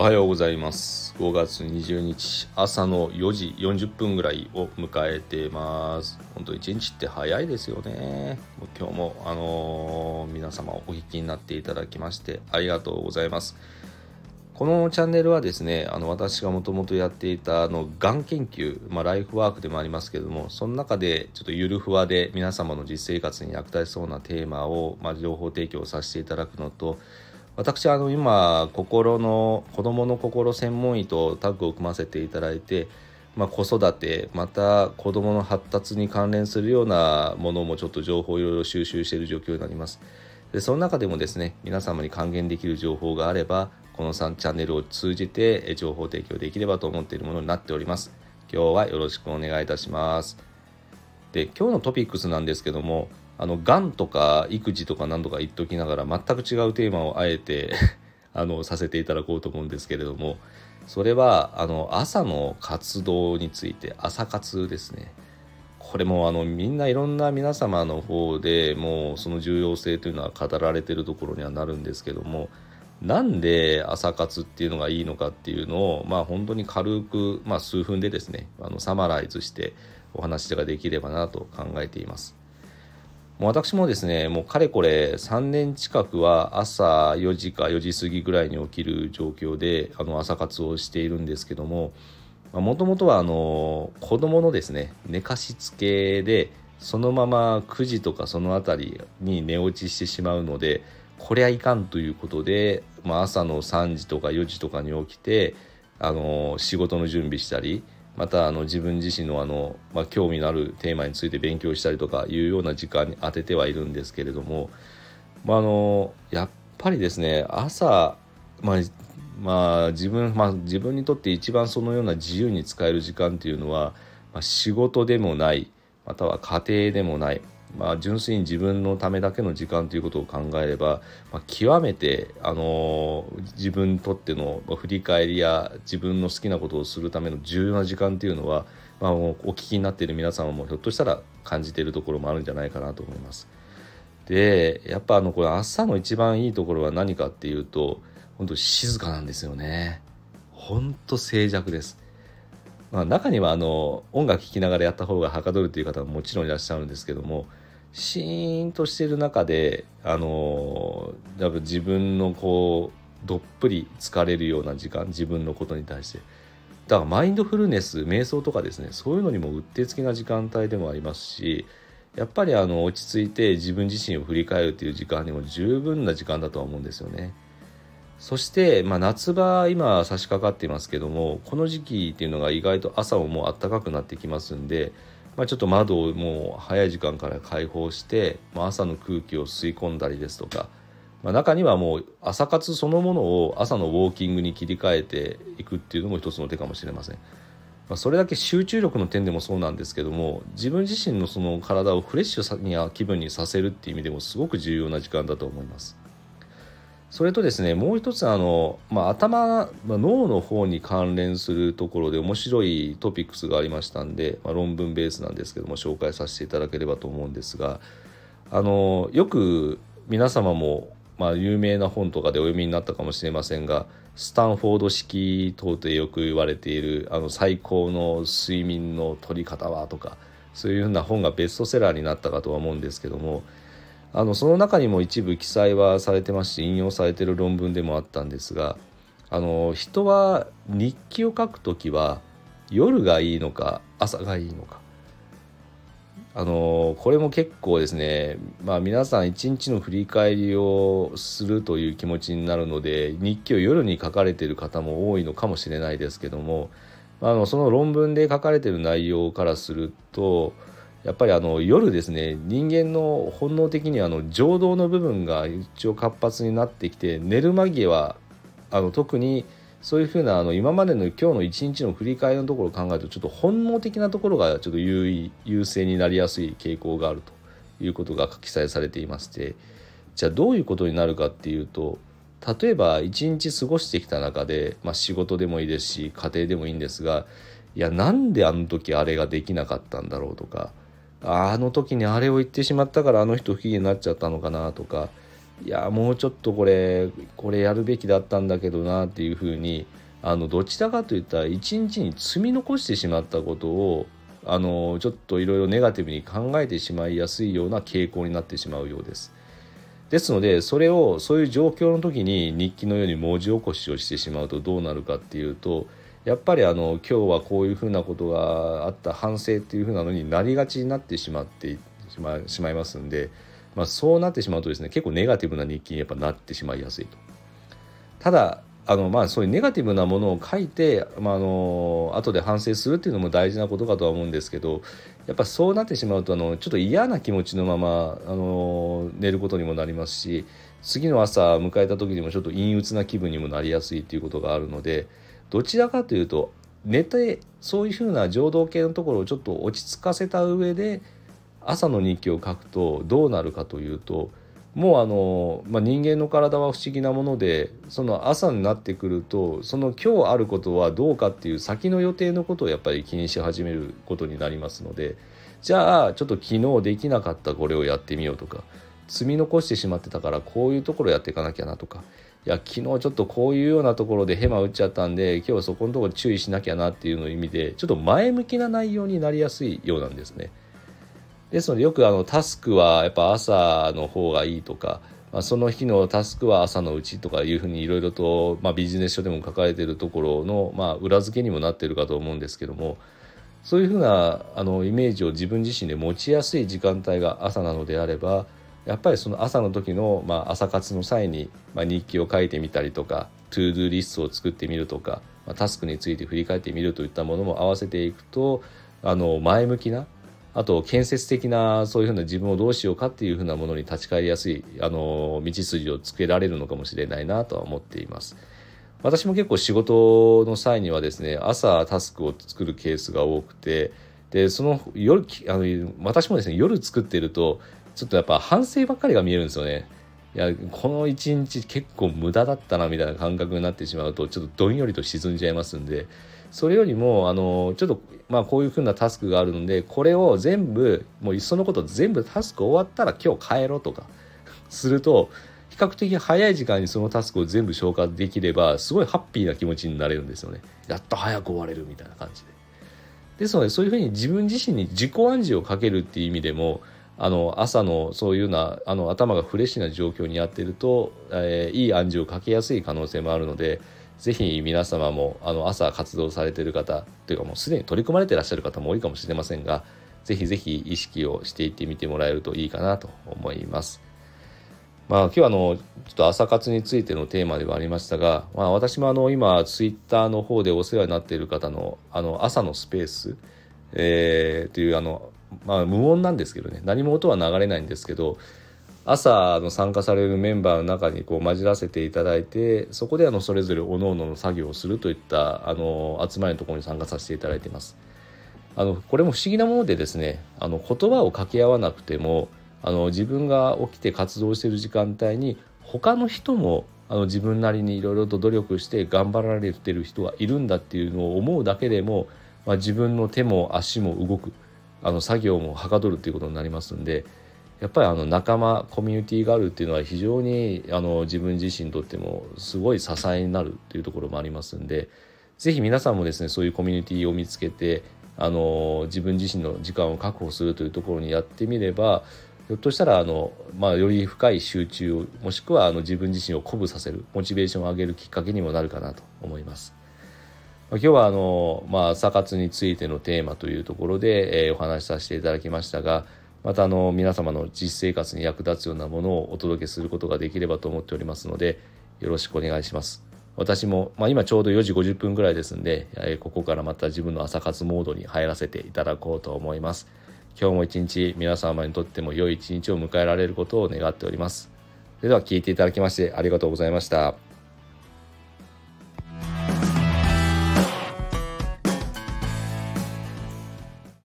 はようございます。5月20日朝の4時40分ぐらいを迎えてます。本当一日って早いですよね。今日も皆様お聞きになっていただきましてありがとうございます。このチャンネルはですね、私がもともとやっていたがん研究、ライフワークでもありますけども、その中でちょっとゆるふわで皆様の実生活に役立ちそうなテーマを、情報提供させていただくのと、私は今子どもの心専門医とタッグを組ませていただいて、子育てまた子どもの発達に関連するようなものもちょっと情報をいろいろ収集している状況になります。でその中でもですね、皆様に還元できる情報があればこの3チャンネルを通じて情報提供できればと思っているものになっております。今日はよろしくお願いいたします。で今日のトピックスなんですけども、がんとか育児とか何とか言っときながら全く違うテーマをあえてさせていただこうと思うんですけれども、それは朝の活動について、朝活ですね。これもみんないろんな皆様の方でもうその重要性というのは語られているところにはなるんですけども、なんで朝活っていうのがいいのかっていうのを本当に軽く、数分でですねサマライズしてお話ができればなと考えています。もう私もですね、もうかれこれ3年近くは朝4時か4時過ぎぐらいに起きる状況で朝活をしているんですけども、もともとは子供のですね寝かしつけでそのまま9時とかそのあたりに寝落ちしてしまうので、これはいかんということで、朝の3時とか4時とかに起きて仕事の準備したり、また自分自身の興味のあるテーマについて勉強したりとかいうような時間に当ててはいるんですけれども、やっぱりですね朝、自分にとって一番そのような自由に使える時間っていうのは、仕事でもないまたは家庭でもない、純粋に自分のためだけの時間ということを考えれば、極めて、自分にとっての振り返りや自分の好きなことをするための重要な時間というのは、お聞きになっている皆様もひょっとしたら感じているところもあるんじゃないかなと思います。でやっぱこれ朝の一番いいところは何かっていうと、本当静かなんですよね。本当静寂です。中には音楽聴きながらやった方がはかどるという方ももちろんいらっしゃるんですけども、シーンとしている中でやっぱ自分のどっぷり疲れるような時間、自分のことに対して、だからマインドフルネス瞑想とかですね、そういうのにもうってつけな時間帯でもありますし、やっぱり落ち着いて自分自身を振り返るという時間にも十分な時間だとは思うんですよね。そして、夏場今差し掛かっていますけども、この時期っていうのが意外と朝ももう暖かくなってきますんで、ちょっと窓をもう早い時間から開放して、朝の空気を吸い込んだりですとか、中にはもう朝活そのものを朝のウォーキングに切り替えていくっていうのも一つの手かもしれません。それだけ集中力の点でもそうなんですけども、自分自身のその体をフレッシュな気分にさせるっていう意味でもすごく重要な時間だと思います。それとですね、もう一つ脳の方に関連するところで面白いトピックスがありましたんで、論文ベースなんですけども紹介させていただければと思うんですが、よく皆様も、有名な本とかでお読みになったかもしれませんが、スタンフォード式等でよく言われている最高の睡眠の取り方はとか、そういうふうな本がベストセラーになったかとは思うんですけども、その中にも一部記載はされてますし引用されている論文でもあったんですが、人は日記を書くときは夜がいいのか朝がいいのか、これも結構ですね、皆さん一日の振り返りをするという気持ちになるので日記を夜に書かれている方も多いのかもしれないですけども、その論文で書かれている内容からすると、やっぱり夜ですね、人間の本能的に情動の部分が一応活発になってきて、寝る間際特にそういうふうな今までの今日の一日の振り返りのところを考えると、ちょっと本能的なところがちょっと優勢になりやすい傾向があるということが記載されていまして、じゃあどういうことになるかっていうと、例えば一日過ごしてきた中で、仕事でもいいですし家庭でもいいんですが、いやなんであの時あれができなかったんだろうとか、あの時にあれを言ってしまったからあの人不機嫌になっちゃったのかなとか、 いやもうちょっとこれやるべきだったんだけどなっていうふうにどちらかといったら一日に積み残してしまったことをちょっといろいろネガティブに考えてしまいやすいような傾向になってしまうようです。ですのでそういう状況の時に日記のように文字起こしをしてしまうとどうなるかっていうと、やっぱり今日はこういうふうなことがあった反省っていうふうなのになりがちになってしまいますんで、そうなってしまうとですね、結構ネガティブな日記にやっぱなってしまいやすいと。ただそういうネガティブなものを書いて、後で反省するっていうのも大事なことかとは思うんですけど、やっぱそうなってしまうとちょっと嫌な気持ちのまま寝ることにもなりますし、次の朝迎えた時にもちょっと陰鬱な気分にもなりやすいっていうことがあるので、どちらかというと寝てそういうふうな情動系のところをちょっと落ち着かせた上で朝の日記を書くとどうなるかというと、もう人間の体は不思議なもので、その朝になってくるとその今日あることはどうかっていう先の予定のことをやっぱり気にし始めることになりますので、じゃあちょっと昨日できなかったこれをやってみようとか、積み残してしまってたからこういうところやっていかなきゃなとか、いや昨日ちょっとこういうようなところでヘマ打っちゃったんで今日はそこのところ注意しなきゃなっていうの意味でちょっと前向きな内容になりやすいようなんですね。ですのでよくタスクはやっぱ朝の方がいいとか、その日のタスクは朝のうちとかいうふうにいろいろと、ビジネス書でも書かれているところの、裏付けにもなっているかと思うんですけども、そういうふうなイメージを自分自身で持ちやすい時間帯が朝なのであれば、やっぱりその朝の時の、朝活の際に、日記を書いてみたりとかトゥードゥリストを作ってみるとか、タスクについて振り返ってみるといったものも合わせていくと前向きな、あと建設的なそういうふうな自分をどうしようかっていうふうなものに立ち返りやすい道筋をつけられるのかもしれないなとは思っています。私も結構仕事の際にはですね、朝タスクを作るケースが多くて、でその夜私もですね、夜作ってるとちょっとやっぱ反省ばっかりが見えるんですよね。いやこの一日結構無駄だったなみたいな感覚になってしまうとちょっとどんよりと沈んじゃいますんで、それよりもちょっとこういう風なタスクがあるので、これを全部もういっそのこと全部タスク終わったら今日帰ろうとかすると、比較的早い時間にそのタスクを全部消化できればすごいハッピーな気持ちになれるんですよね。やっと早く終われるみたいな感じで。ですのでそういうふうに自分自身に自己暗示をかけるっていう意味でも朝のそういうような頭がフレッシュな状況にやっていると、いい暗示をかけやすい可能性もあるので、ぜひ皆様も朝活動されている方というかもうすでに取り組まれていらっしゃる方も多いかもしれませんが、ぜひぜひ意識をしていってみてもらえるといいかなと思います。今日はちょっと朝活についてのテーマではありましたが、私も今ツイッターの方でお世話になっている方の朝のスペース、という無音なんですけどね、何も音は流れないんですけど、朝参加されるメンバーの中にこう混じらせていただいて、そこでそれぞれ各々の作業をするといった集まりのところに参加させていただいています。これも不思議なものでですね、言葉を掛け合わなくても自分が起きて活動している時間帯に他の人も自分なりにいろいろと努力して頑張られている人がいるんだっていうのを思うだけでも、自分の手も足も動く作業もはかどるということになりますんで、やっぱり仲間コミュニティがあるっていうのは非常に自分自身にとってもすごい支えになるというところもありますんで、ぜひ皆さんもですね、そういうコミュニティを見つけて自分自身の時間を確保するというところにやってみれば、ひょっとしたらより深い集中を、もしくは自分自身を鼓舞させるモチベーションを上げるきっかけにもなるかなと思います。今日は朝活についてのテーマというところで、お話しさせていただきましたが、また皆様の実生活に役立つようなものをお届けすることができればと思っておりますので、よろしくお願いします。私も、今ちょうど4時50分ぐらいですんで、ここからまた自分の朝活モードに入らせていただこうと思います。今日も一日皆様にとっても良い一日を迎えられることを願っております。それでは聞いていただきましてありがとうございました。